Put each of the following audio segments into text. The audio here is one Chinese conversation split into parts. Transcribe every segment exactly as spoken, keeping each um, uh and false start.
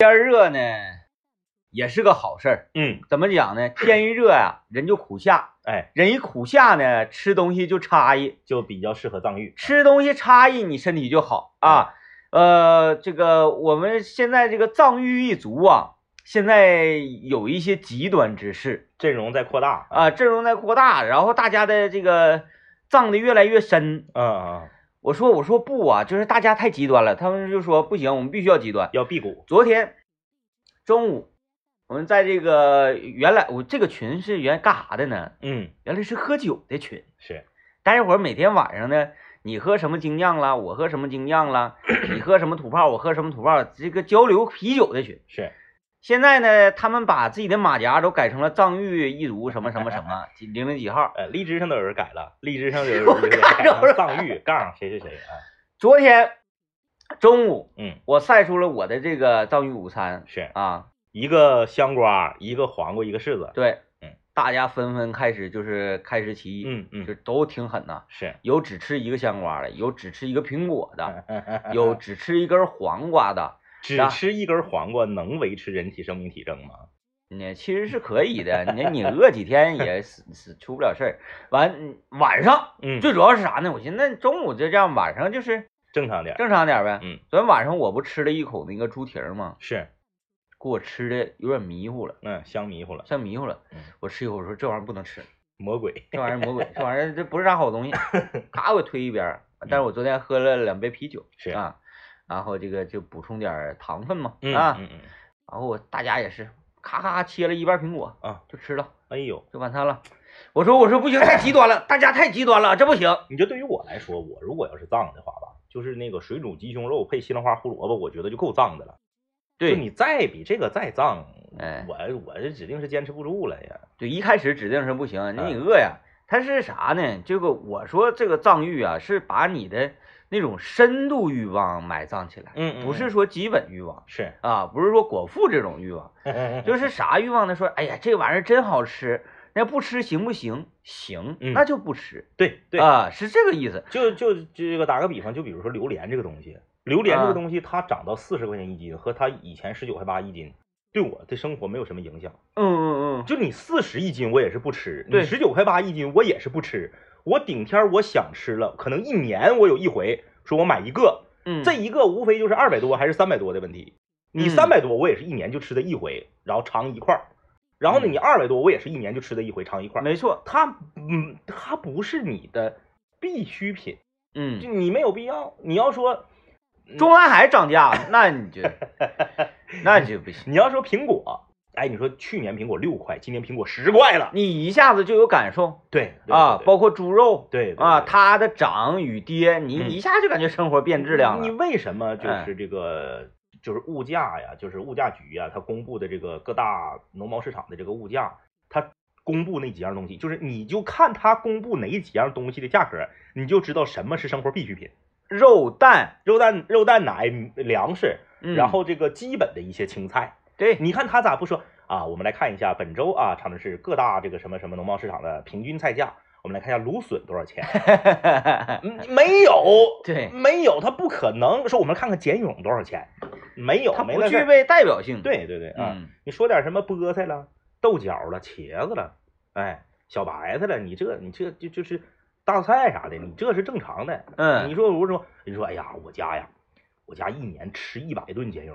天热呢，也是个好事儿。 嗯， 怎么讲呢？天一热呀、啊，人就苦下。 哎， 人一苦下呢，吃东西就差异， 就比较适合藏浴。 吃东西差异，你身体就好啊。呃，这个我们现在这个藏域一族啊，现在有一些极端之势， 阵容在扩大啊，阵容在扩大，然后大家的这个藏的越来越深。 嗯嗯。 我说我说不啊，就是大家太极端了，他们就说不行，我们必须要极端， 要辟谷。 昨天中午，我们在这个原来我这个群是原来干啥的呢？ 嗯， 原来是喝酒的群。 是， 待会儿每天晚上呢，你喝什么精酿啦，我喝什么精酿啦，你喝什么土炮，我喝什么土炮，这个交流啤酒的群。 是。 现在呢，他们把自己的马甲都改成了藏域一族什么什么什么零零几号。 呃，荔枝上都有人改了，荔枝上有人改成藏域杠谁谁谁啊。 昨天中午， 嗯， 我晒出了我的这个藏域午餐， 是啊， 一个香瓜，一个黄瓜，一个柿子。 对， 嗯， 大家纷纷开始就是开始起义， 嗯嗯， 就都挺狠呐。 是， 有只吃一个香瓜的，有只吃一个苹果的，有只吃一根黄瓜的。 只吃一根黄瓜能维持人体生命体征吗？ 你其实是可以的，你你饿几天也死死出不了事儿。完晚上， 嗯， 最主要是啥呢？我寻思中午就这样，晚上就是正常点， 正常点呗。 嗯， 昨天晚上我不吃了一口那个猪蹄儿吗？ 是， 给我吃的有点迷糊了， 嗯，香迷糊了， 香迷糊了。 嗯， 我吃一口，我说这玩意儿不能吃， 魔鬼， 这玩意儿魔鬼，这玩意儿这不是啥好东西，咔给我推一边。但是我昨天喝了两杯啤酒， 是啊。然后这个就补充点糖分嘛， 嗯、 啊， 嗯嗯， 然后我大家也是咔咔切了一半苹果啊， 就吃了， 哎呦， 就晚餐了。我说我说不行，太极端了，大家太极端了，这不行。 你就对于我来说，我如果要是藏的话吧，就是那个水煮鸡胸肉配西兰花胡萝卜，我觉得就够藏的了。 对， 就你再比这个再藏， 哎， 我我这指定是坚持不住了呀。 对，一开始指定是不行，你饿呀。它是啥呢？这个我说这个藏欲啊，是把你的那种深度欲望埋葬起来， 嗯， 不是说基本欲望， 是啊，不是说果腹这种欲望，就是啥欲望呢？说，哎呀，这玩意儿真好吃，那不吃行不行？行，那就不吃。 对对啊，是这个意思。 就就这个打个比方，就比如说榴莲这个东西，榴莲这个东西它涨到四十块钱一斤，和它以前十九块八一斤，对我的生活没有什么影响。 嗯嗯嗯， 就你四十一斤我也是不吃， 对， 你十九块八一斤我也是不吃。我顶天我想吃了，可能一年我有一回说我买一个， 嗯， 这一个无非就是二百多还是三百多的问题。你三百多我也是一年就吃的一回，然后尝一块。然后呢，你二百多我也是一年就吃的一回，尝一块。 没错， 它嗯，它不是你的必需品， 嗯， 就你没有必要。你要说中南海涨价，那你就那就不行。 你要说苹果。哎，你说去年苹果六块，今年苹果十块了， 你一下子就有感受。 对, 对啊，包括猪肉， 对, 对, 对啊，它的涨与跌，你一下就感觉生活变质量了。 你, 你为什么就是这个、嗯、就是物价呀，就是物价局呀，它公布的这个各大农贸市场的这个物价，它公布那几样东西，就是你就看它公布哪几样东西的价格，你就知道什么是生活必需品。 肉蛋、 肉蛋、肉蛋奶、粮食， 嗯、 然后这个基本的一些青菜。 对， 你看他咋不说啊？我们来看一下本周啊，长春市各大这个什么什么农贸市场的平均菜价。我们来看一下芦笋多少钱？没有， 对， 没有，它不可能说我们看看茧蛹多少钱？没有， 它不具备代表性。 对对对啊、 嗯， 你说点什么菠菜了、豆角了、茄子了，哎，小白菜了，你这你这就就是大菜啥的，你这是正常的。 嗯， 你说我说你说哎呀，我家呀，我家一年吃一百顿茧蛹。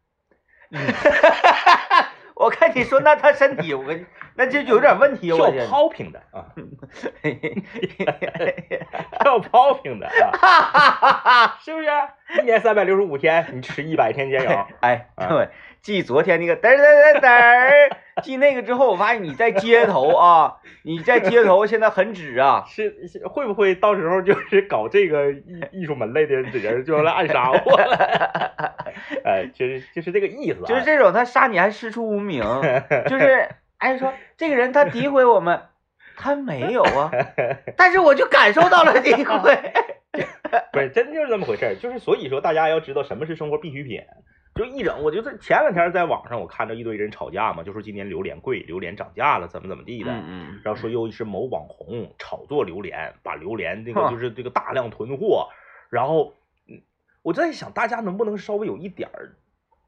我看你说那他身体我那就有点问题， 要抛平的啊，要抛平的啊，是不是？一年三百六十五天，你吃一百天茧蛹， 哎，对，继昨天那个嘚嘚嘚嘚，继那个之后，我发现你在街头啊，你在街头现在很指啊， 是是会不会到时候就是搞这个艺艺术门类的人就要来暗杀我了？哎，就是就是这个意思、啊， 就是这种他杀你还师出无名，就是哎说这个人他诋毁我们，他没有啊，但是我就感受到了诋毁。 不是，真就是这么回事，就是所以说大家要知道什么是生活必需品。就一整，我就是前两天在网上我看到一堆人吵架嘛，就说今年榴莲贵，榴莲涨价了，怎么怎么地的， 嗯嗯， 然后说又是某网红炒作榴莲，把榴莲那个就是这个大量囤货，然后我在想大家能不能稍微有一点儿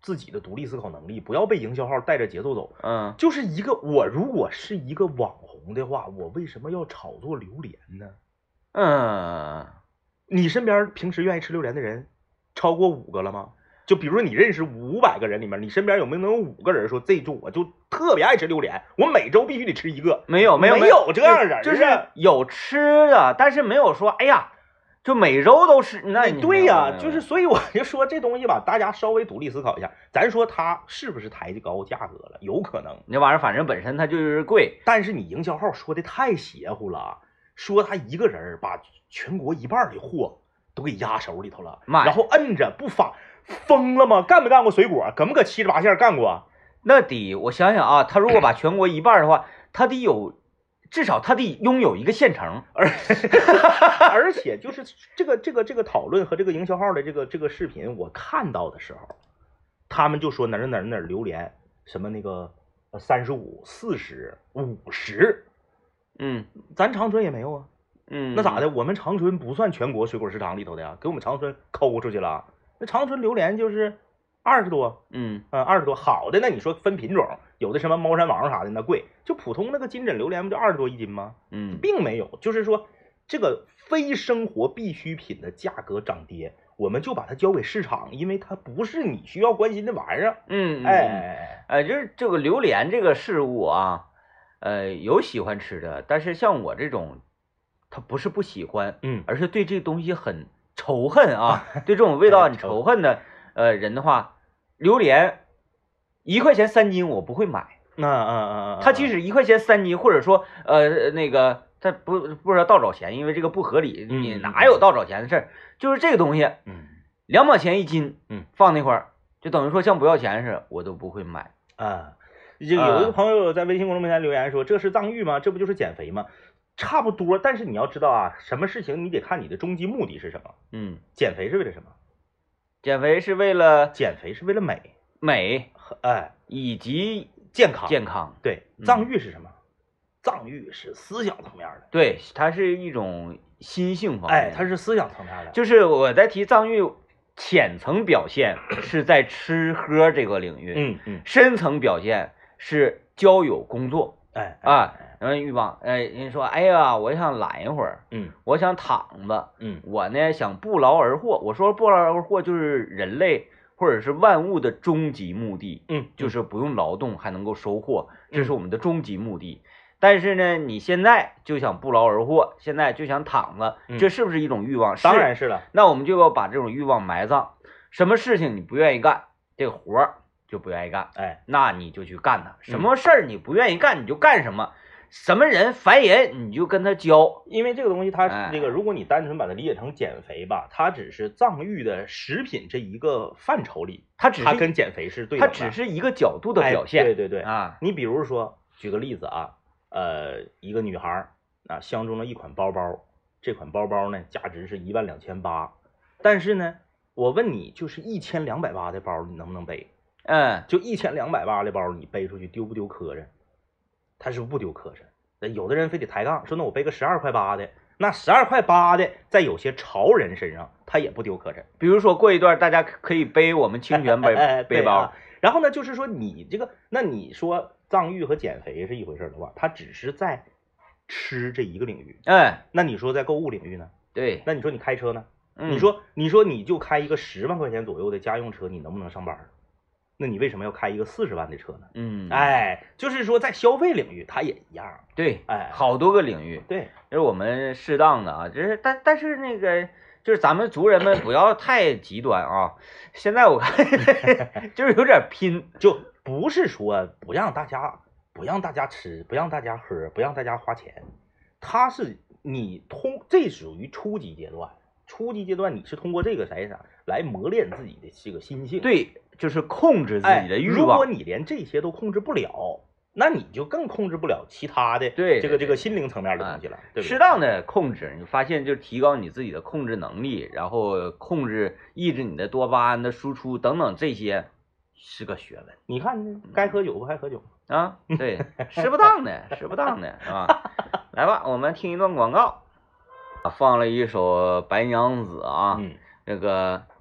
自己的独立思考能力，不要被营销号带着节奏走。 嗯， 就是一个我如果是一个网红的话，我为什么要炒作榴莲呢？ 嗯， 你身边平时愿意吃榴莲的人超过五个了吗？就比如说你认识五百个人里面，你身边有没有能有五个人说这周我就特别爱吃榴莲，我每周必须得吃一个？ 没有没有没有这样的人， 就是有吃的，但是没有说哎呀，就每周都吃。那你对呀，就是所以我就说这东西吧，大家稍微独立思考一下。咱说它是不是抬高价格了？有可能， 那玩意儿反正本身它就是贵， 但是你营销号说的太邪乎了，说他一个人把全国一半的货都给压手里头了，然后摁着不发。疯了吗？干没干过水果？搁没搁七十八线干过？ 那得我想想啊，他如果把全国一半的话，他得有，至少他得拥有一个县城， 而而且就是这个这个这个讨论和这个营销号的这个这个视频，我看到的时候，他们就说哪儿哪儿哪儿榴莲什么那个三十五、四十、五十， 嗯， 咱长春也没有啊， 嗯， 那咋的？我们长春不算全国水果市场里头的呀，给我们长春抠出去了。那长春榴莲就是二十多， 嗯呃二十多，好的那你说分品种，有的什么猫山王啥的那贵，就普通那个金枕榴莲不就二十多一斤吗？ 嗯， 并没有，就是说这个非生活必需品的价格涨跌，我们就把它交给市场，因为它不是你需要关心的玩意儿。 嗯， 哎哎，就是这个榴莲这个事物啊，呃，有喜欢吃的，但是像我这种，他不是不喜欢， 嗯， 而是对这东西很仇恨啊，对这种味道很仇恨的呃人的话，榴莲一块钱三斤我不会买。 那嗯嗯嗯， 它即使一块钱三斤，或者说呃那个它不不知道倒找钱，因为这个不合理，你哪有倒找钱的事儿？就是这个东西， 嗯， 两毛钱一斤， 嗯， 放那块儿就等于说像不要钱似的，我都不会买啊。就有一个朋友在微信公众平台留言说：“这是藏玉吗？这不就是减肥吗？”差不多，但是你要知道啊，什么事情你得看你的终极目的是什么。 嗯， 减肥是为了什么？ 减肥是为了减肥是为了美， 美， 哎， 以及健康， 健康。 对，藏玉是什么？嗯、藏玉是思想层面的， 对，它是一种心性方面， 哎，它是思想层面的。 就是我在提藏玉浅层表现是在吃喝这个领域， 嗯嗯， 深层表现是交友工作。 哎啊，然后欲望，哎，人说，哎呀，我想懒一会儿， 嗯， 我想躺着， 嗯， 我呢想不劳而获。我说不劳而获就是人类或者是万物的终极目的， 嗯， 就是不用劳动还能够收获，这是我们的终极目的。但是呢，你现在就想不劳而获，现在就想躺着，这是不是一种欲望？ 当然是了。 那我们就要把这种欲望埋葬。什么事情你不愿意干，这个活儿就不愿意干， 哎， 那你就去干它。什么事儿你不愿意干，你就干什么。什么人烦人，你就跟他交。 因为这个东西，它哎这个，如果你单纯把它理解成减肥吧，它只是藏玉的食品这一个范畴里， 它只是它跟减肥是对的， 它只是一个角度的表现。 哎、对对对啊， 你比如说，举个例子啊，呃，一个女孩啊相中了一款包包，这款包包呢价值是一万两千八，但是呢，我问你，就是一千两百八的包，你能不能背？ 嗯， 就一千两百八的包，你背出去丢不丢磕碜？他是不丢磕碜。有的人非得抬杠，说那我背个十二块八的，那十二块八的，在有些潮人身上，他也不丢磕碜。 比如说过一段，大家可以背我们清泉背、 哎、 背包、 啊。然后呢，就是说你这个，那你说藏玉和减肥是一回事的话，它只是在吃这一个领域。 哎， 那你说在购物领域呢？ 对。 那你说你开车呢？ 嗯、 你说你说你就开一个十万块钱左右的家用车，你能不能上班？那你为什么要开一个四十万的车呢？ 嗯， 哎，就是说在消费领域它也一样。 对， 哎， 好多个领域。 对， 就是我们适当的啊，就是但但是那个就是咱们族人们不要太极端啊。现在我看就是有点拼， 就不是说不让大家不让大家吃，不让大家喝，不让大家花钱，它是你通这属于初级阶段。初级阶段你是通过这个啥啥来磨练自己的这个心性， 对，就是控制自己的欲望。 哎、如果你连这些都控制不了，那你就更控制不了其他的对这个这个心灵层面的东西了。对， 适当的控制，你发现就提高你自己的控制能力，然后控制抑制你的多巴胺的输出等等，这些是个学问。 你看，该喝酒不还喝酒啊？对，适不当的，适不当的啊。来吧，我们听一段广告。放了一首白娘子啊， 嗯， 这个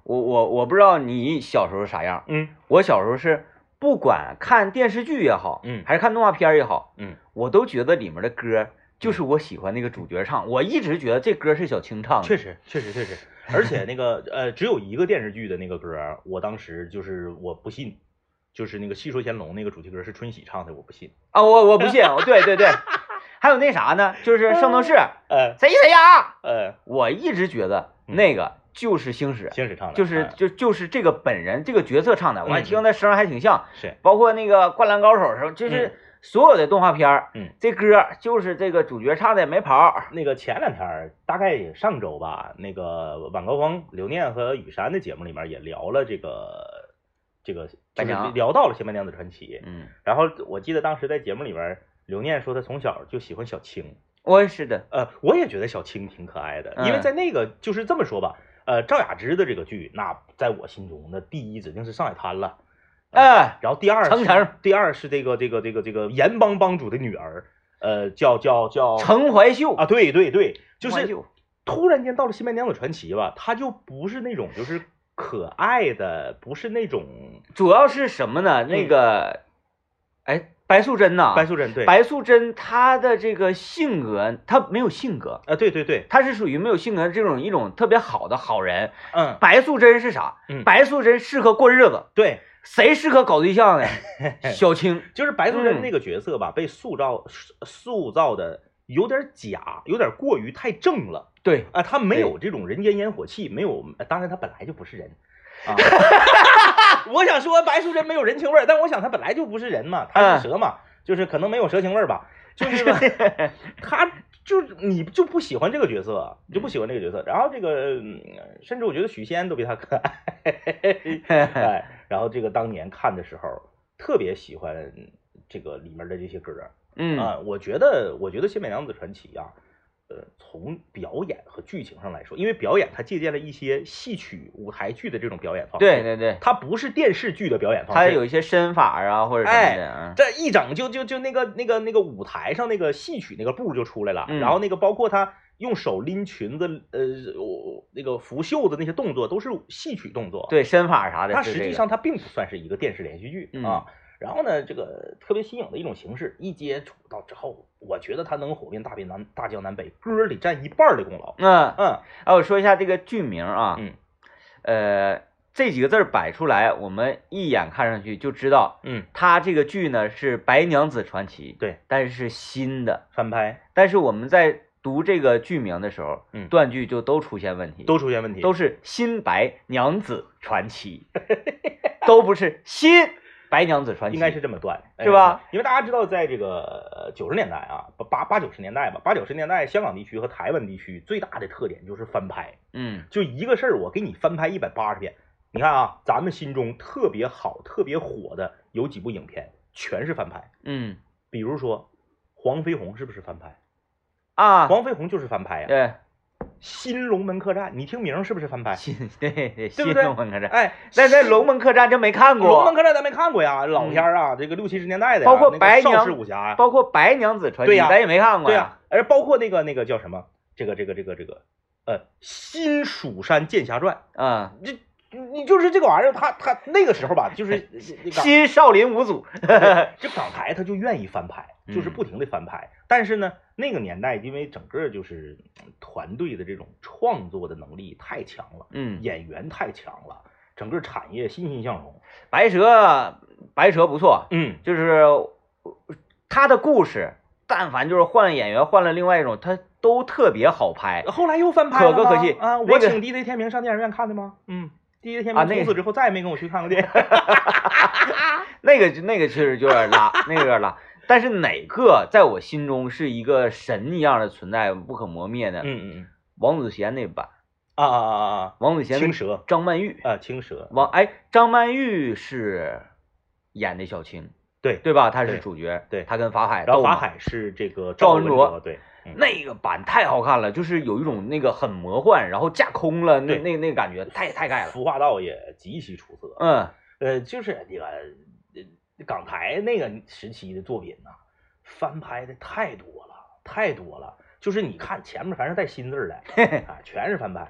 我我我不知道你小时候啥样， 嗯我小时候是不管看电视剧也好， 嗯还是看动画片也好， 嗯， 我都觉得里面的歌就是我喜欢那个主角唱，我一直觉得这歌是小青唱的。 确实确实确实，而且那个呃，只有一个电视剧的那个歌，我当时就是我不信，就是那个《戏说乾隆》那个主题歌是春喜唱的，我不信。 啊，我我不信，对对对，还有那啥呢，就是圣斗士， 呃谁谁呀？ 呃， 我一直觉得那个就是星矢， 星矢唱的， 就是嗯就就是这个本人这个角色唱的，我还嗯听他声儿还挺像， 是包括那个《灌篮高手》的时候，就是所有的动画片儿， 嗯， 这歌就是这个主角唱的，没跑儿。 那个前两天儿大概也上周吧，那个晚高峰刘念和雨山的节目里面也聊了这个这个，就是白娘聊到了《新白娘子传奇》。 嗯， 然后我记得当时在节目里面，刘念说他从小就喜欢小青。 我也是的， 呃，我也觉得小青挺可爱的，因为在那个就是这么说吧，呃，赵雅芝的这个剧，那在我心中那第一指定是上海滩了， 哎， 然后第二是程程第二是这个这个这个这个盐帮帮主的女儿，呃，叫叫叫程怀秀啊，对对对，就是程怀秀突然间到了《新白娘子传奇》吧，她就不是那种就是可爱的，不是那种主要是什么呢？那个，哎，白素贞呐， 白素贞，对， 白素贞她的这个性格，她没有性格， 啊，对对对， 她是属于没有性格的这种一种特别好的好人。 嗯， 白素贞是啥？ 嗯白素贞适合过日子， 对， 谁适合搞对象呢？小青， 就是白素贞嗯那个角色吧，被塑造塑造的有点假，有点过于太正了对， 啊，她没有这种人间烟火气，没有，当然她本来就不是人啊。我想说白素贞没有人情味儿，但我想她本来就不是人嘛，她是蛇嘛，就是可能没有蛇情味儿吧，就是吧，她就是你就不喜欢这个角色，你就不喜欢这个角色。然后这个，嗯甚至我觉得许仙都比她可爱。哎，然后这个当年看的时候，特别喜欢这个里面的这些歌嗯啊。我觉得，我觉得《新白娘子传奇》啊，呃，从表演和剧情上来说，因为表演它借鉴了一些戏曲、舞台剧的这种表演方式， 对对对， 它不是电视剧的表演方式， 她有一些身法啊或者什么的，嗯这一整就就就那个那个那个舞台上那个戏曲那个步就出来了， 嗯然后那个包括他用手拎裙子，呃，我那个拂袖子那些动作都是戏曲动作，， 对身法啥的， 它是这个实际上它并不算是一个电视连续剧、 嗯啊。然后呢，这个特别新颖的一种形式，一接触到之后，我觉得它能火遍大北南大江南北，歌里占一半的功劳。 嗯嗯啊，我说一下这个剧名啊， 嗯呃，这几个字儿摆出来，我们一眼看上去就知道， 嗯， 它这个剧呢是《白娘子传奇》， 对， 但是是新的。 翻拍但是我们在读这个剧名的时候， 嗯断句就都出现问题， 都出现问题， 都是新白娘子传奇，都不是新白娘子传奇， 应该是这么断， 是吧？ 因为大家知道，在这个九十年代啊，八八九十年代吧，八九十年代，香港地区和台湾地区最大的特点就是翻拍， 嗯就一个事儿，我给你翻拍一百八十遍。你看啊，咱们心中特别好、特别火的有几部影片，全是翻拍。 嗯比如说《黄飞鸿》是不是翻拍？ 啊， 黄飞鸿就是翻拍呀、 对 《新龙门客栈》，你听名儿是不是翻拍？ 新对对对新不对龙门客栈， 哎， 但在龙门客栈真没看过， 龙门客栈咱没看过呀，老片儿啊，这个六七十年代的呀， 包括那个邵白娘氏武侠呀， 包括白娘子传奇， 对呀咱也没看过呀对呀，而包括那个那个叫什么，这个这个这个这个，呃，《新蜀山剑侠传嗯，》， 这你就是这个玩意儿，他他那个时候吧，就是那个新少林五祖， 这港台他就愿意翻拍，就是嗯不停的翻拍。但是呢，那个年代因为整个就是嗯团队的这种创作的能力太强了， 嗯， 演员太强了，整个产业欣欣向荣。 白蛇白蛇不错， 嗯， 就是他的故事，但凡就是换了演员，换了另外一种，他都特别好拍。 后来又翻拍了可歌可泣啊！ 那个我请 D J 天明上电影院看的吗？嗯，D J 天啊那个明从此之后再也没跟我去看过电影。 那个那个确实就有点拉，那个有点拉。但是哪个在我心中是一个神一样的存在，不可磨灭的？ 嗯嗯嗯， 王祖贤那版， 啊啊啊啊啊！ 王祖贤青蛇张曼玉， 啊，青蛇王哎，张曼玉是演的小青， 对对吧？她是对主角， 对她跟法海然后斗嘛法海是这个赵文文卓对，嗯那个版太好看了，就是有一种那个很魔幻，然后架空了，那对那那个感觉太太盖了。 服化道也极其出色。 嗯， 呃，就是这个呃港台那个时期的作品呐、翻拍的太多了，太多了。就是你看前面凡是带新字儿的啊，全是翻拍。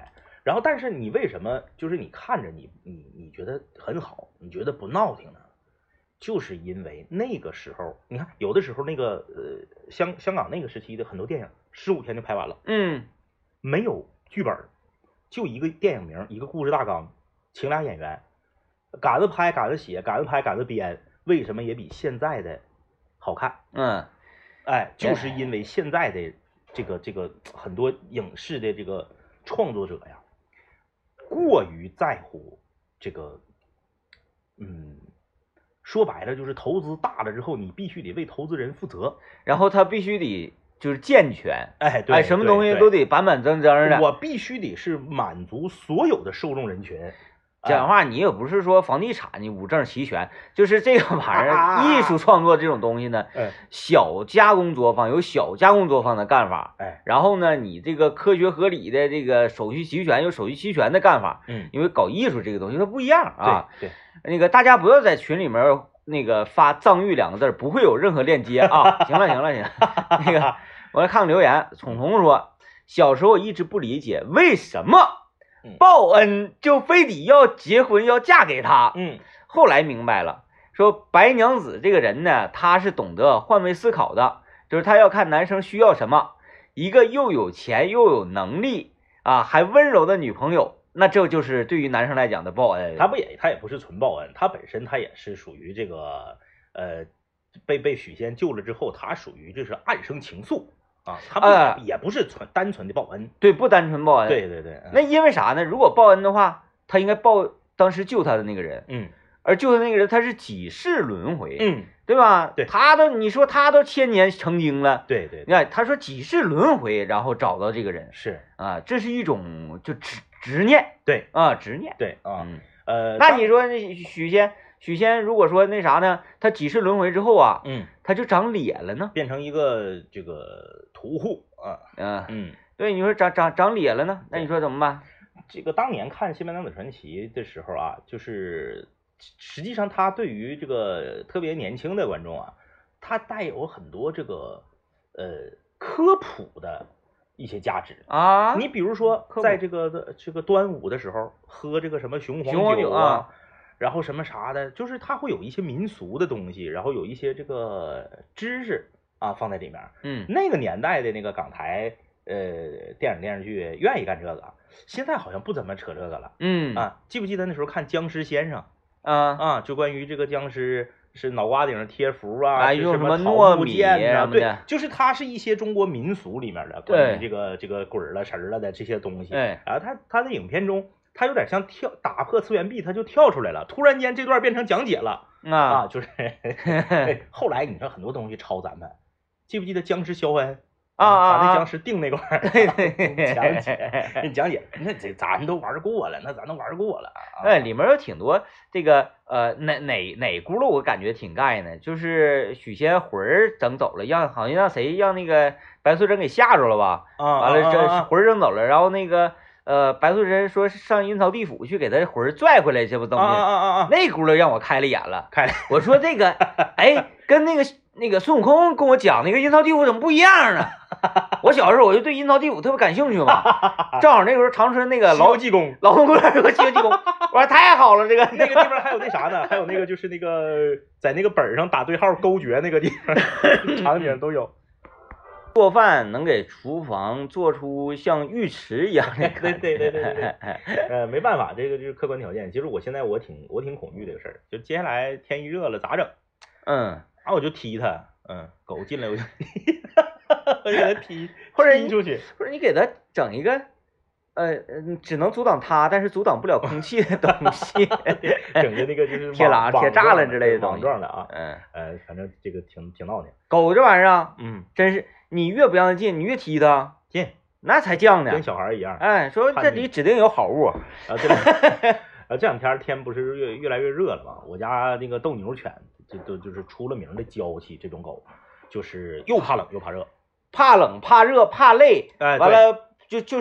然后，但是你为什么就是你看着你你你觉得很好，你觉得不闹挺呢？就是因为那个时候，你看有的时候那个呃香香港那个时期的很多电影，十五天就拍完了， 嗯， 没有剧本，就一个电影名，一个故事大纲，请俩演员，赶着拍，赶着写，赶着拍，赶着编，为什么也比现在的好看？ 嗯， 哎，就是因为现在的这个这个很多影视的这个创作者呀，过于在乎这个，嗯，说白了就是投资大了之后，你必须得为投资人负责， 然后他必须得就是健全， 哎，对， 哎，什么东西对都得板板正正的。 我必须得是满足所有的受众人群。 讲话你也不是说房地产你五证齐全，就是这个玩意儿， 啊艺术创作这种东西呢， 哎小加工作坊有小加工作坊的干法， 哎， 然后呢，你这个科学合理的这个手续齐全有手续齐全的干法， 嗯， 因为搞艺术这个东西它不一样啊。 对，对那个大家不要在群里面那个发藏玉两个字，不会有任何链接啊。行了行了行了，那个我来看看留言，聪聪说，小时候一直不理解为什么报恩就非得要结婚要嫁给他， 嗯， 后来明白了，说白娘子这个人呢，她是懂得换位思考的，就是她要看男生需要什么，一个又有钱又有能力啊还温柔的女朋友，那这就是对于男生来讲的报恩。 他不也他也不是纯报恩，他本身他也是属于这个呃被被许仙救了之后，他属于这是暗生情愫。啊，他不、 呃、 也不是纯单纯的报恩， 对，不单纯报恩， 对对对。 那因为啥呢？如果报恩的话，他应该报当时救他的那个人， 嗯， 而救他那个人他是几世轮回， 嗯， 对吧？ 对， 他都你说他都千年成精了， 对对， 你看他说几世轮回，然后找到这个人， 是啊，这是一种就执执念， 对啊，执念， 对啊， 嗯、 呃， 那你说那许仙，许仙如果说那啥呢，他几世轮回之后啊， 嗯， 他就长脸了呢， 变成一个这个屠户啊， 嗯嗯， 对，你说长长长脸了呢，那你说怎么办？ 这个当年看《新白娘子传奇》的时候啊，就是实际上他对于这个特别年轻的观众啊，他带有很多这个呃科普的一些价值啊。 你比如说，在这个这个端午的时候喝这个什么雄黄酒啊，然后什么啥的，就是它会有一些民俗的东西，然后有一些这个知识啊放在里面。 嗯， 那个年代的那个港台呃电影电视剧愿意干这个，现在好像不怎么扯这个了。 嗯啊，记不记得那时候看《僵尸先生》 啊啊，就关于这个僵尸是脑瓜顶上贴符啊， 啊， 是用什么糯米啊，对， 的， 就是它是一些中国民俗里面的关于这个这个鬼了神了的这些东西。 哎， 然后他他的影片中，他有点像跳打破次元壁，他就跳出来了，突然间这段变成讲解了啊， 啊，就是后来你说很多东西抄咱们，记不记得僵尸肖恩？ 啊啊！ 把那僵尸定那块儿， 对对， 讲解，你讲解，那这咱都玩过了，那咱都玩过了。 哎，里面有挺多这个呃哪哪哪轱辘我感觉挺盖呢，就是许仙魂儿整走了，让好像让谁让那个白素贞给吓着了吧？ 啊， 完了这魂儿整走了，然后那个呃白素贞说上阴曹地府去给他魂儿拽回来，这不东西？ 啊啊啊！ 那轱辘让我开了眼了， 开了。 我说这个哎跟那个。那个孙悟空跟我讲那个阴曹地府怎么不一样呢？我小时候我就对阴曹地府特别感兴趣嘛，正好那个时候长春那个劳济公， 劳动公园有个西游记公，我说太好了，这个那个地方还有那啥呢？还有那个就是那个在那个本上打对号勾诀那个地方，场景都有。 做饭能给厨房做出像浴池一样的， 对对对对对对，呃，没办法，这个就是客观条件。其实我现在我挺我挺恐惧这个事儿，就接下来天一热了咋整？ 嗯。 然后我就踢他，嗯，狗进来我就踢，我就给他踢， 或者踢出去， 或者你给他整一个，呃，只能阻挡他，但是阻挡不了空气的东西， 整个那个就是铁栏、铁栅栏之类的东西， 网状的啊， 嗯， 呃，反正这个挺挺闹的。 狗这玩意儿， 嗯， 真是你越不让它进，你越踢它进， 那才犟呢， 跟小孩一样。 哎，说这里指定有好物啊，对。呃，这两天天不是越越来越热了嘛？我家那个斗牛犬就都就是出了名的娇气，这种狗就是又怕冷又怕热， 怕冷怕热怕累， 哎， 完了就就是，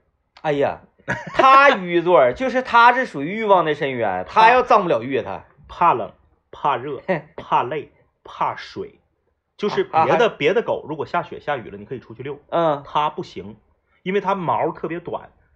哎呀，他愚作，就是他是属于欲望的深渊，他要脏不了浴，他怕冷怕热怕累怕水，就是别的、啊、别的狗如果下雪下雨了，你可以出去遛， 嗯， 它不行，因为它毛特别短。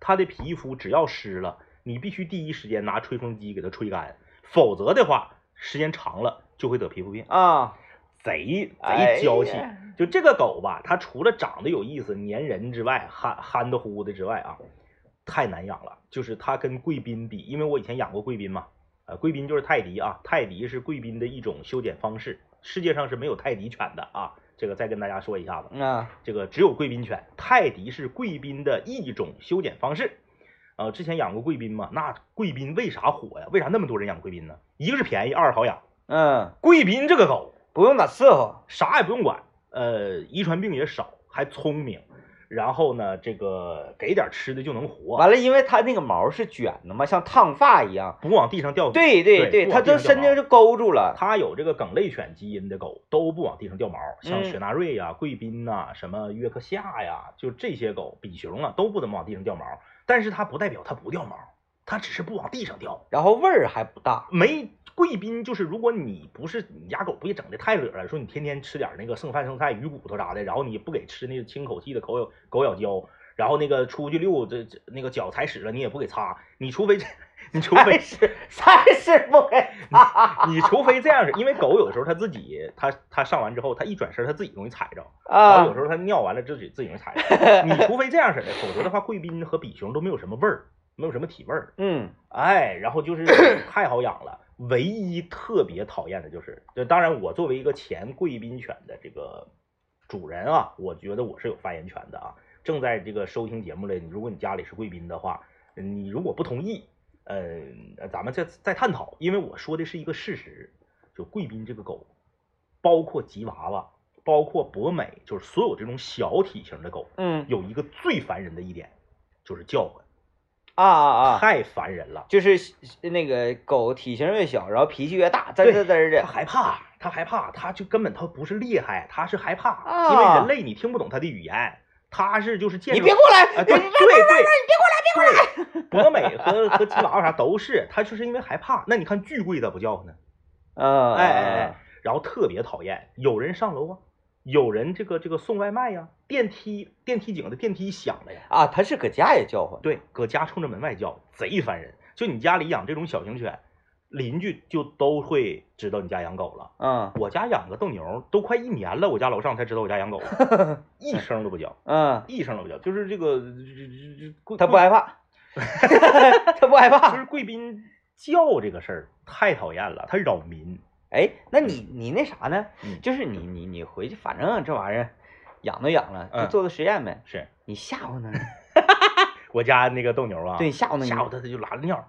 它的皮肤只要湿了，你必须第一时间拿吹风机给它吹干，否则的话，时间长了就会得皮肤病啊， 贼贼娇气。哎、就这个狗吧，它除了长得有意思、粘人之外，憨憨的乎的之外啊，太难养了。就是它跟贵宾比，因为我以前养过贵宾嘛，呃，贵宾就是泰迪啊，泰迪是贵宾的一种修剪方式，世界上是没有泰迪犬的啊。这个再跟大家说一下子啊， 这个只有贵宾犬，泰迪是贵宾的一种修剪方式。呃，之前养过贵宾嘛，那贵宾为啥火呀？为啥那么多人养贵宾呢？一个是便宜，二是好养。 嗯， 贵宾这个狗不用咋伺候， 啥也不用管，呃，遗传病也少，还聪明。然后呢，这个给点吃的就能活。 完了，因为它那个毛是卷的嘛，像烫发一样， 不往地上掉。 对对对，它这身体就勾住了。 它有这个梗类犬基因的狗都不往地上掉毛，像雪纳瑞呀、啊、贵宾呐、啊、什么约克夏呀，就这些狗，比熊啊都不怎么往地上掉毛。但是它不代表它不掉毛，它只是不往地上掉， 然后味儿还不大。 没贵宾就是，如果你不是你家狗不也整的太惹了，说你天天吃点那个剩饭剩菜、鱼骨头啥的，然后你不给吃那个清口气的狗咬狗咬胶，然后那个出去遛这这那个脚踩屎了你也不给擦，你除非这，你除非是才是不给擦， 你除非这样式，因为狗有的时候它自己它它上完之后，它一转身它自己容易踩着啊， 然后有时候它尿完了自己自己容易踩着，你除非这样式的，否则的话，贵宾和比熊都没有什么味儿。没有什么体味儿， 嗯， 哎，然后就是太好养了。唯一特别讨厌的就是，就当然我作为一个前贵宾犬的这个主人啊，我觉得我是有发言权的啊。正在这个收听节目的，如果你家里是贵宾的话，你如果不同意，呃，咱们再再探讨，因为我说的是一个事实，就贵宾这个狗，包括吉娃娃，包括博美，就是所有这种小体型的狗， 嗯， 有一个最烦人的一点，就是叫唤。 啊啊啊！ 太烦人了， 就是那个狗体型越小，然后脾气越大，滋滋滋的。 它害怕，它害怕，它就根本它不是厉害，它是害怕， 啊、 因为人类你听不懂它的语言，它是就是见你别过来， 啊、对对对， 你别过来，别过来。 博美和和吉娃娃啥都是，它就是因为害怕。那你看巨贵的不叫呢？ 嗯， 哎哎哎，然后特别讨厌有人上楼啊。有人这个这个送外卖呀，电梯电梯井的电梯响了呀啊，他是搁家也叫唤， 对，搁家冲着门外叫，贼烦人。就你家里养这种小型犬，邻居就都会知道你家养狗了。 嗯， 我家养个斗牛都快一年了，我家楼上才知道我家养狗，一声都不叫， 嗯， 一声都不叫，就是这个他不害怕，他不害怕， 就是贵宾叫这个事儿太讨厌了，它扰民。 哎，那你你那啥呢？ 嗯、 就是你你你回去，反正这玩意儿养都养了，就做做实验呗。 嗯、是你吓唬它， 我家那个斗牛啊， 对，吓唬它， 吓唬它，它就拉了尿。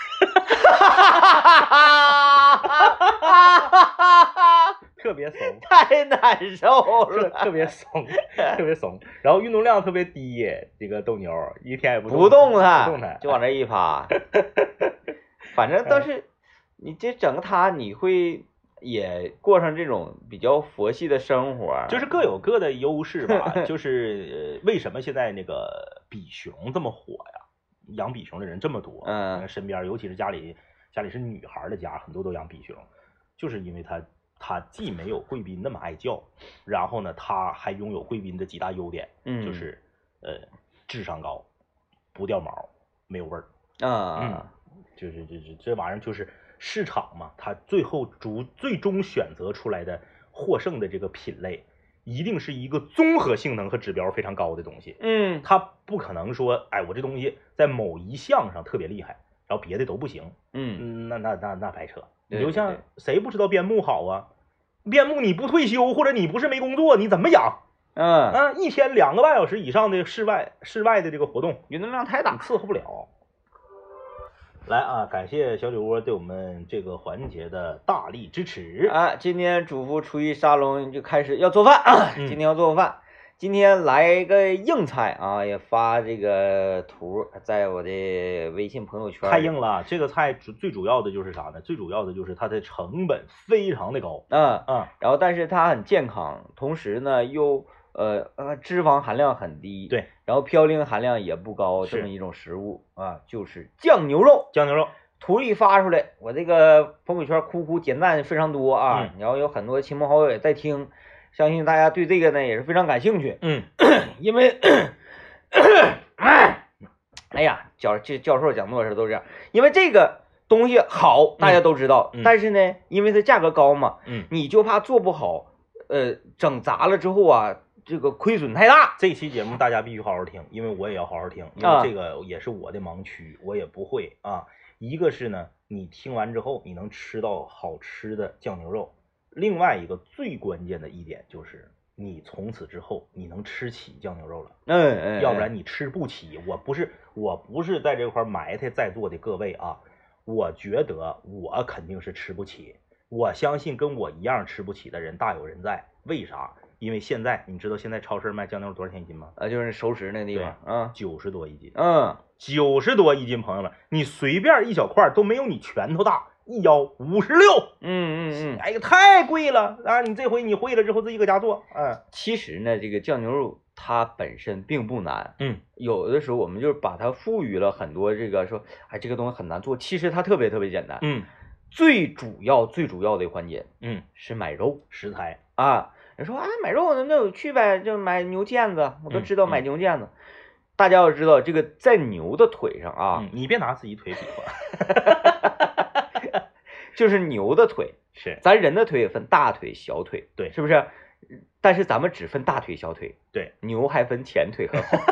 特别怂， 太难受了， 特别怂，特别怂。然后运动量特别低，这个斗牛一天也不不动它， 不动它， 就往这一趴。反正倒是。你这整个它，你会也过上这种比较佛系的生活， 就是各有各的优势吧。就是为什么现在那个比熊这么火呀？养比熊的人这么多， 嗯， 身边尤其是家里家里是女孩的家，很多都养比熊，就是因为它它既没有贵宾那么爱叫，然后呢，它还拥有贵宾的几大优点， 嗯， 就是呃智商高，不掉毛，没有味儿， 啊、 嗯，就是这这这玩意儿就是。市场嘛，它最后逐最终选择出来的获胜的这个品类，一定是一个综合性能和指标非常高的东西。 嗯， 它不可能说，哎，我这东西在某一项上特别厉害，然后别的都不行。 嗯， 那那那那白扯。 你就像谁不知道边牧好啊？边牧你不退休或者你不是没工作，你怎么养？ 嗯啊，一天两个半小时以上的室外室外的这个活动， 运动量太大， 伺候不了。来啊！感谢小酒窝对我们这个环节的大力支持啊！今天主妇厨艺沙龙就开始要做饭啊！今天要做饭，今天来个硬菜啊！也发这个图在我的微信朋友圈。 太硬了，这个菜主最主要的就是啥呢？最主要的就是它的成本非常的高。 嗯嗯， 然后但是它很健康，同时呢又呃呃脂肪含量很低。 对。 然后嘌呤含量也不高，这么一种食物啊，就是酱牛肉。 酱牛肉图一发出来，我这个朋友圈哭哭点赞非常多啊， 嗯、 然后有很多亲朋好友也在听，相信大家对这个呢也是非常感兴趣。 嗯， 因为哎呀，教这教授讲多少都是这样，因为这个东西好，大家都知道， 嗯嗯、 但是呢，因为它价格高嘛， 嗯， 你就怕做不好，呃，整砸了之后啊，这个亏损太大。 这期节目大家必须好好听，因为我也要好好听，因为这个也是我的盲区，我也不会啊。一个是呢，你听完之后你能吃到好吃的酱牛肉，另外一个最关键的一点就是你从此之后你能吃起酱牛肉了。 嗯嗯， 要不然你吃不起。我不是我不是在这块埋汰在座的各位啊，我觉得我肯定是吃不起，我相信跟我一样吃不起的人大有人在。为啥？因为现在你知道现在超市卖酱牛肉多少钱一斤吗？ 啊，就是熟食那个地方，嗯， 九十多一斤， 嗯， 九十多一斤，朋友们，你随便一小块都没有你拳头大，一腰五十六， 嗯嗯嗯， 哎呀，太贵了啊！你这回你会了之后自己搁家做，嗯， 其实呢，这个酱牛肉它本身并不难， 嗯， 有的时候我们就是把它赋予了很多这个说，哎，这个东西很难做，其实它特别特别简单， 嗯， 最主要最主要的环节， 嗯， 是买肉食材啊。人说啊，买肉那那有去呗，就买牛腱子，我都知道买牛腱子。 嗯嗯、 大家要知道，这个在牛的腿上啊， 嗯、你别拿自己腿比划， 就是牛的腿是， 咱人的腿也分大腿、小腿， 对， 是不是？但是咱们只分大腿、小腿， 对， 牛还分前腿和后腿。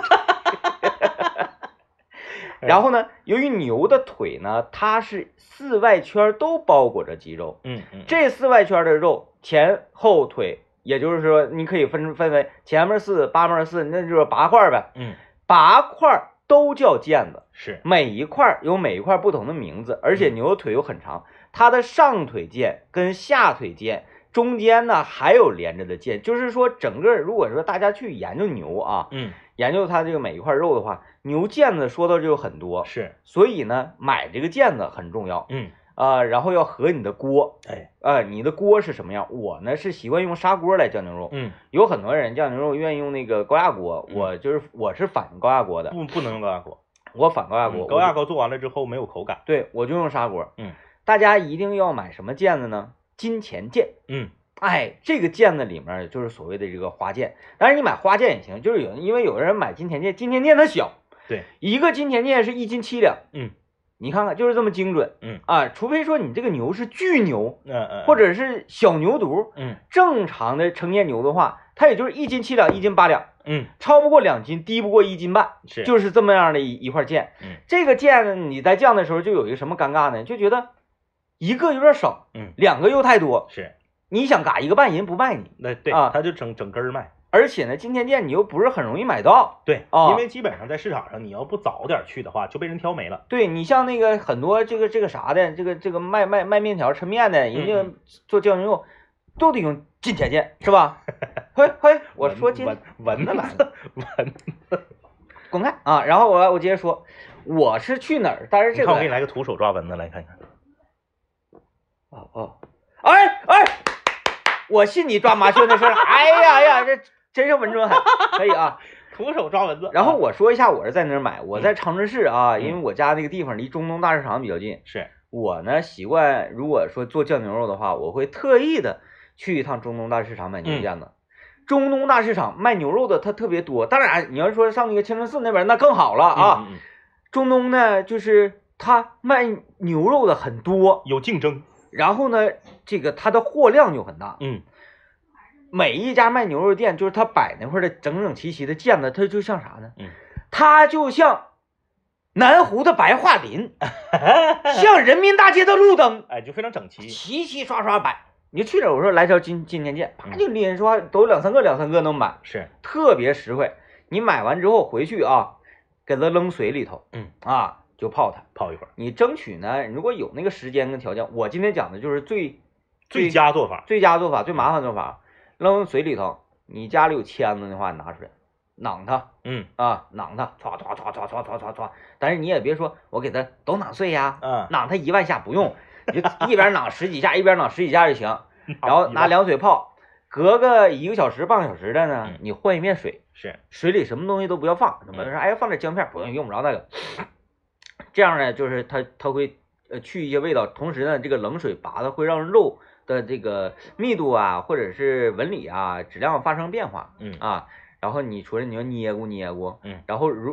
然后呢，由于牛的腿呢，它是四外圈都包裹着肌肉， 嗯嗯， 这四外圈的肉前后腿。也就是说，你可以分分为前面四、八面四，那就是八块呗。 嗯， 八块都叫腱子， 是每一块有每一块不同的名字，而且牛的腿又很长，它的上腿腱跟下腿腱中间呢还有连着的腱，就是说整个如果说大家去研究牛啊， 嗯， 研究它这个每一块肉的话，牛腱子说到就有很多， 是， 所以呢买这个腱子很重要。 嗯。 啊、呃，然后要和你的锅， 哎， 呃，你的锅是什么样？我呢是习惯用砂锅来酱牛肉， 嗯， 有很多人酱牛肉愿意用那个高压锅， 嗯、 我就是我是反高压锅的， 不不能用高压锅， 我反高压锅， 嗯、高压锅做完了之后没有口感， 对，我就用砂锅， 嗯， 大家一定要买什么腱子呢？金钱腱， 嗯， 哎，这个腱子里面就是所谓的这个花腱，当然你买花腱也行，就是有因为有的人买金钱腱，金钱腱它小， 对， 一个金钱腱是一斤七两， 嗯。 你看看，就是这么精准， 嗯啊，除非说你这个牛是巨牛， 嗯嗯， 或者是小牛犊， 嗯， 正常的成年牛的话，它也就是一斤七两，一斤八两， 嗯， 超不过两斤，低不过一斤半， 是， 就是这么样的一一块腱， 嗯， 这个腱呢，你在酱的时候就有一个什么尴尬呢？就觉得一个有点少， 嗯， 两个又太多， 是， 你想嘎一个半人不卖你， 那对啊， 他就整整根卖。 而且呢，金钱腱你又不是很容易买到， 对， 啊， 因为基本上在市场上，你要不早点去的话，就被人挑没了。 对你像那个很多这个这个啥的，这个这个卖卖卖面条抻面的，人家做酱牛肉都得用金钱腱，是吧？嘿嘿，我说金蚊蚊子来了，蚊子， 滚开啊！然后我我接着说，我是去哪儿？但是这个， 看我给你来个徒手抓蚊子来看看。 哦哦，哎哎，我信你抓麻雀的事儿。哎呀哎呀，这真是稳准狠，可以啊， 徒手抓蚊子。 然后我说一下我是在哪儿买，我在长春市啊， 嗯、 因为我家那个地方离中东大市场比较近。 是我呢习惯，如果说做酱牛肉的话，我会特意的去一趟中东大市场买牛腱子。嗯、中东大市场卖牛肉的它特别多，当然你要说上那个清真寺那边那更好了啊。 嗯嗯、 中东呢，就是它卖牛肉的很多， 有竞争。 然后呢，这个它的货量就很大。 嗯。 每一家卖牛肉店，就是他摆那块的整整齐齐的腱子，它就像啥呢？ 嗯， 它就像南湖的白桦林，像人民大街的路灯， 哎，就非常整齐， 齐齐刷刷摆。你就去这，我说来条金金钱腱，啪就拎说都有两三个两三个能买， 是特别实惠。你买完之后回去啊，给它扔水里头， 嗯啊，就泡它， 泡一会儿。 你争取呢，如果有那个时间跟条件，我今天讲的就是最最佳做法， 最佳做法，最麻烦做法。扔水里头，你家里有签子的话，你拿出来，攮它， 嗯啊，攮它，歘歘歘歘歘歘歘歘。但是你也别说我给它都攮碎呀， 嗯， 攮它一万下不用，你就一边攮十几下，一边攮十几下就行。然后拿凉水泡，隔个一个小时、半个小时的呢，你换一遍水， 是水里什么东西都不要放，什么说哎放点姜片，不用，用不着那个。这样呢，就是它它会呃去一些味道，同时呢，这个冷水拔的会让肉的这个密度啊，或者是纹理啊，质量发生变化， 嗯啊，然后你除了你要捏咕捏咕， 嗯， 然后如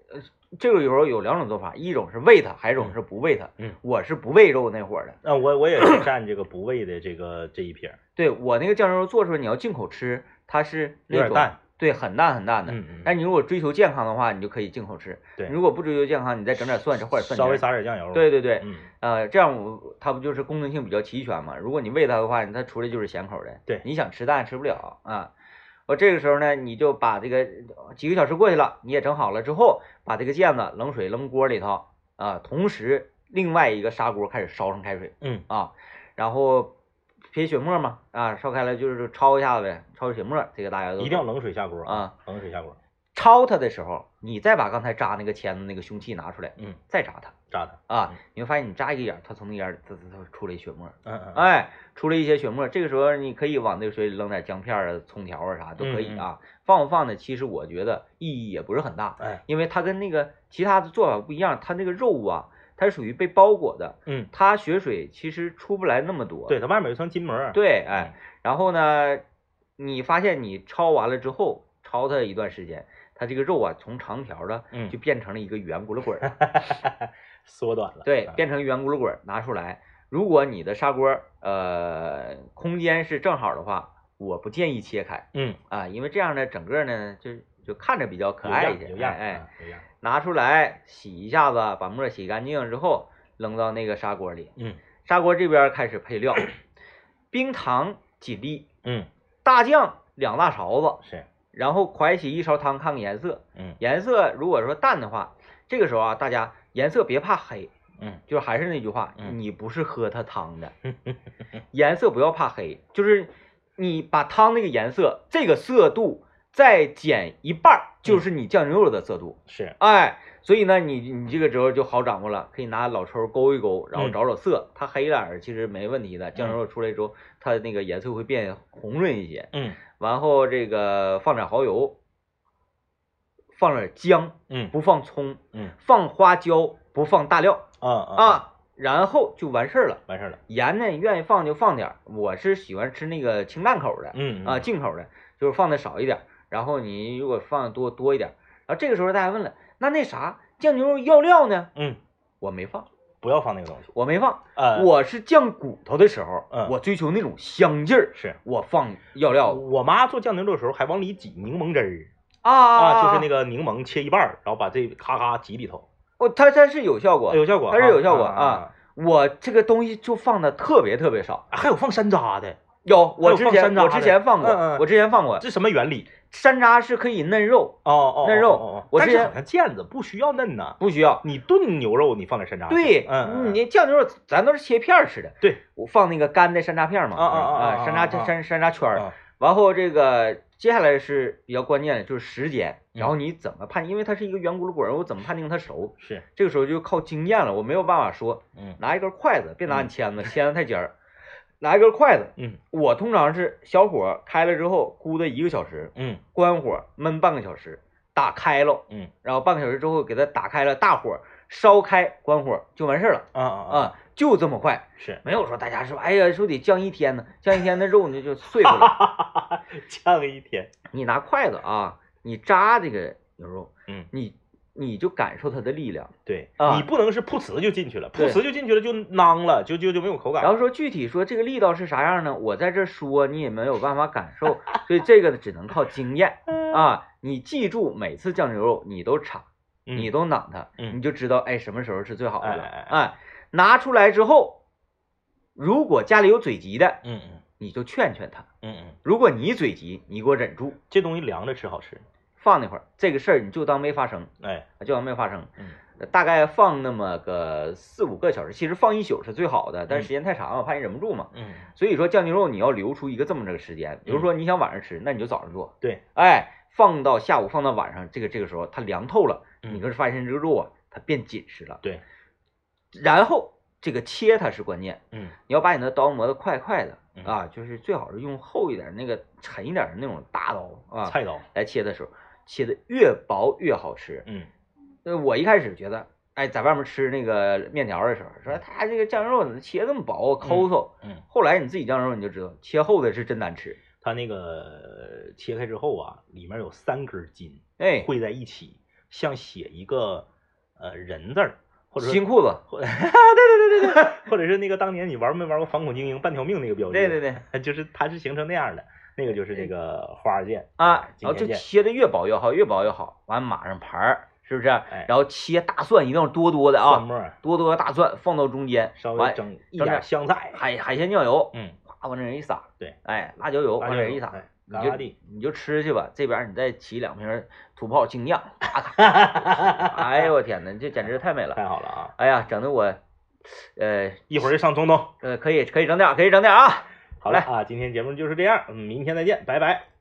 这个有时候有两种做法，一种是喂它，还有一种是不喂它。 嗯， 我是不喂肉那会儿的。 啊，我我也是站这个不喂的这个这一撇。 对，我那个酱牛肉做出来，你要进口吃，它是那种有点淡， 对，很淡很淡的。 嗯嗯。 但你如果追求健康的话，你就可以进口吃。 对， 如果不追求健康，你再整点蒜或者蒜稍微撒点酱油。 对对对， 嗯， 呃，这样我它不就是功能性比较齐全嘛？如果你喂它的话，它出来就是咸口的。 对， 你想吃淡吃不了啊。我这个时候呢，你就把这个几个小时过去了，你也整好了之后，把这个腱子冷水扔锅里头啊，同时另外一个砂锅开始烧上开水。 嗯啊，然后撇血沫嘛，啊，烧开了就是焯一下子呗，焯血沫，这个大家都一定要冷水下锅啊， 冷水下锅。 焯它的时候，你再把刚才扎那个签子那个凶器拿出来， 嗯， 再扎它， 扎它啊，你会发现你扎一个眼，它从那眼它它它出来血沫， 嗯嗯， 哎，出了一些血沫，这个时候你可以往那个水里扔点姜片啊、葱条啊啥都可以啊， 嗯嗯放不放呢？其实我觉得意义也不是很大， 哎， 因为它跟那个其他的做法不一样，它那个肉啊，它是属于被包裹的， 嗯， 它血水其实出不来那么多， 对，它外面有一层筋膜， 对，哎，然后呢，你发现你焯完了之后，焯它一段时间。它这个肉啊，从长条的， 嗯， 就变成了一个圆咕噜滚儿， 缩短了。 对，变成圆咕噜滚儿，拿出来。如果你的砂锅呃空间是正好的话，我不建议切开， 嗯啊，因为这样呢，整个呢就就看着比较可爱一些。 有样， 哎有样。 拿出来洗一下子，把沫洗干净之后，扔到那个砂锅里。 嗯， 砂锅这边开始配料，冰糖几粒， 嗯， 大酱两大勺子， 是。 然后㧟起一勺汤，看看颜色。 嗯， 颜色如果说淡的话，这个时候啊，大家颜色别怕黑。 嗯， 就还是那句话， 嗯、 你不是喝它汤的，颜色不要怕黑，就是你把汤那个颜色，这个色度再减一半，就是你酱牛肉的色度。 嗯、是， 哎，所以呢，你你这个时候就好掌握了，可以拿老抽勾一勾，然后找找色，嗯、它黑点儿其实没问题的。酱牛肉出来之后，它那个颜色会变红润一些。 嗯。 然后这个放点蚝油，放点姜， 嗯， 不放葱， 嗯， 放花椒，不放大料， 啊啊，然后就完事儿了， 完事儿了。 盐呢，愿意放就放点，我是喜欢吃那个清淡口的， 嗯啊，净口的，就是放的少一点。然后你如果放的多多一点，然后这个时候大家问了，那那啥酱牛肉要料呢？ 嗯， 我没放。 不要放那个东西， 我没放， 呃， 我是酱骨头的时候， 嗯， 我追求那种香劲儿， 是我放药料。 我妈做酱牛肉的时候还往里挤柠檬汁儿啊啊，就是那个柠檬切一半，然后把这咔咔挤里头。 哦，它它是有效果， 有效果， 它是有效果啊。 啊我这个东西就放的特别特别少， 还有放山楂的， 有，我之前我之前放过， 嗯嗯我之前放过。 这什么原理？ 山楂是可以嫩肉， 哦哦， 嫩肉。 哦哦我之前好像腱子不需要嫩呐， 不需要。 你炖牛肉你放点山楂， 对， 嗯， 你酱牛肉咱都是切片吃的， 对， 我放那个干的山楂片嘛， 啊啊啊，山楂山山楂圈儿。 然后这个接下来是比较关键的，就是时间。然后你怎么判？因为它是一个圆咕噜滚，我怎么判定它熟？ 是这个时候就靠经验了，我没有办法说， 嗯， 拿一根筷子，别拿你签子，签子太尖儿。拿一根筷子， 嗯， 我通常是小火开了之后咕的一个小时， 嗯， 关火焖半个小时，打开了， 嗯， 然后半个小时之后给它打开了，大火烧开，关火就完事儿了， 啊啊啊，就这么快， 是没有说大家说，哎呀，说得降一天呢，降一天那肉你就碎不了， 降一天， 你拿筷子啊，你扎这个牛肉， 嗯， 你。你就感受它的力量， 对、 啊、 你不能是噗呲就进去了，噗呲就进去了就囊了，就就就没有口感。 然后说具体说这个力道是啥样呢？我在这说你也没有办法感受，所以这个只能靠经验啊。你记住每次酱牛肉你都插，你都攮它， 嗯、 你就知道哎什么时候是最好的了。 哎, 哎，拿出来之后，如果家里有嘴急的， 嗯嗯， 你就劝劝他， 嗯嗯， 如果你嘴急，你给我忍住， 这东西凉着吃好吃。 放那会儿，这个事儿你就当没发生， 哎， 就当没发生。 嗯， 大概放那么个四五个小时，其实放一宿是最好的，但是时间太长了，怕你忍不住嘛。 嗯， 所以说酱牛肉你要留出一个这么这个时间，比如说你想晚上吃，那你就早上做。 对， 哎，放到下午，放到晚上，这个这个时候它凉透了， 嗯、 你就发现这个肉啊，它变紧实了。 对， 然后这个切它是关键， 嗯， 你要把你的刀磨得快快的。 嗯、 啊，就是最好是用厚一点、那个沉一点的那种大刀啊， 菜刀来切的时候。切的越薄越好吃， 嗯， 呃，我一开始觉得，哎，在外面吃那个面条的时候，说他这个酱牛肉怎么切这么薄，抠搜， 嗯， 后来你自己酱牛肉你就知道，切厚的是真难吃。 它那个切开之后啊，里面有三根筋， 哎， 汇在一起， 像写一个呃人字儿，或者说新裤子， 或对对对对对，或者是那个当年你玩没玩过反恐精英半条命那个标志？ 对对对， 就是它是形成那样的，那个就是这个花剑啊，然后就金钱剑切的越薄越好，越薄越好，完码上牌儿，是不是？ 哎然后切大蒜一定要多多的啊， 蒜末儿多多的大蒜放到中间， 稍微完整一整点点香菜， 海海鲜酱油， 嗯， 啪往这一撒， 对， 哎，辣椒油辣椒往这一撒， 哎你就嘎嘎地， 你就吃去吧。这边你再起两瓶土炮精酿，咔咔，哎呦我天呐，这简直太美了！ 太好了啊！ 哎呀，整的我，呃一会儿就上中东， 呃，可以可以整点儿，可以整点儿啊。 好嘞啊，今天节目就是这样，嗯，明天再见，拜拜。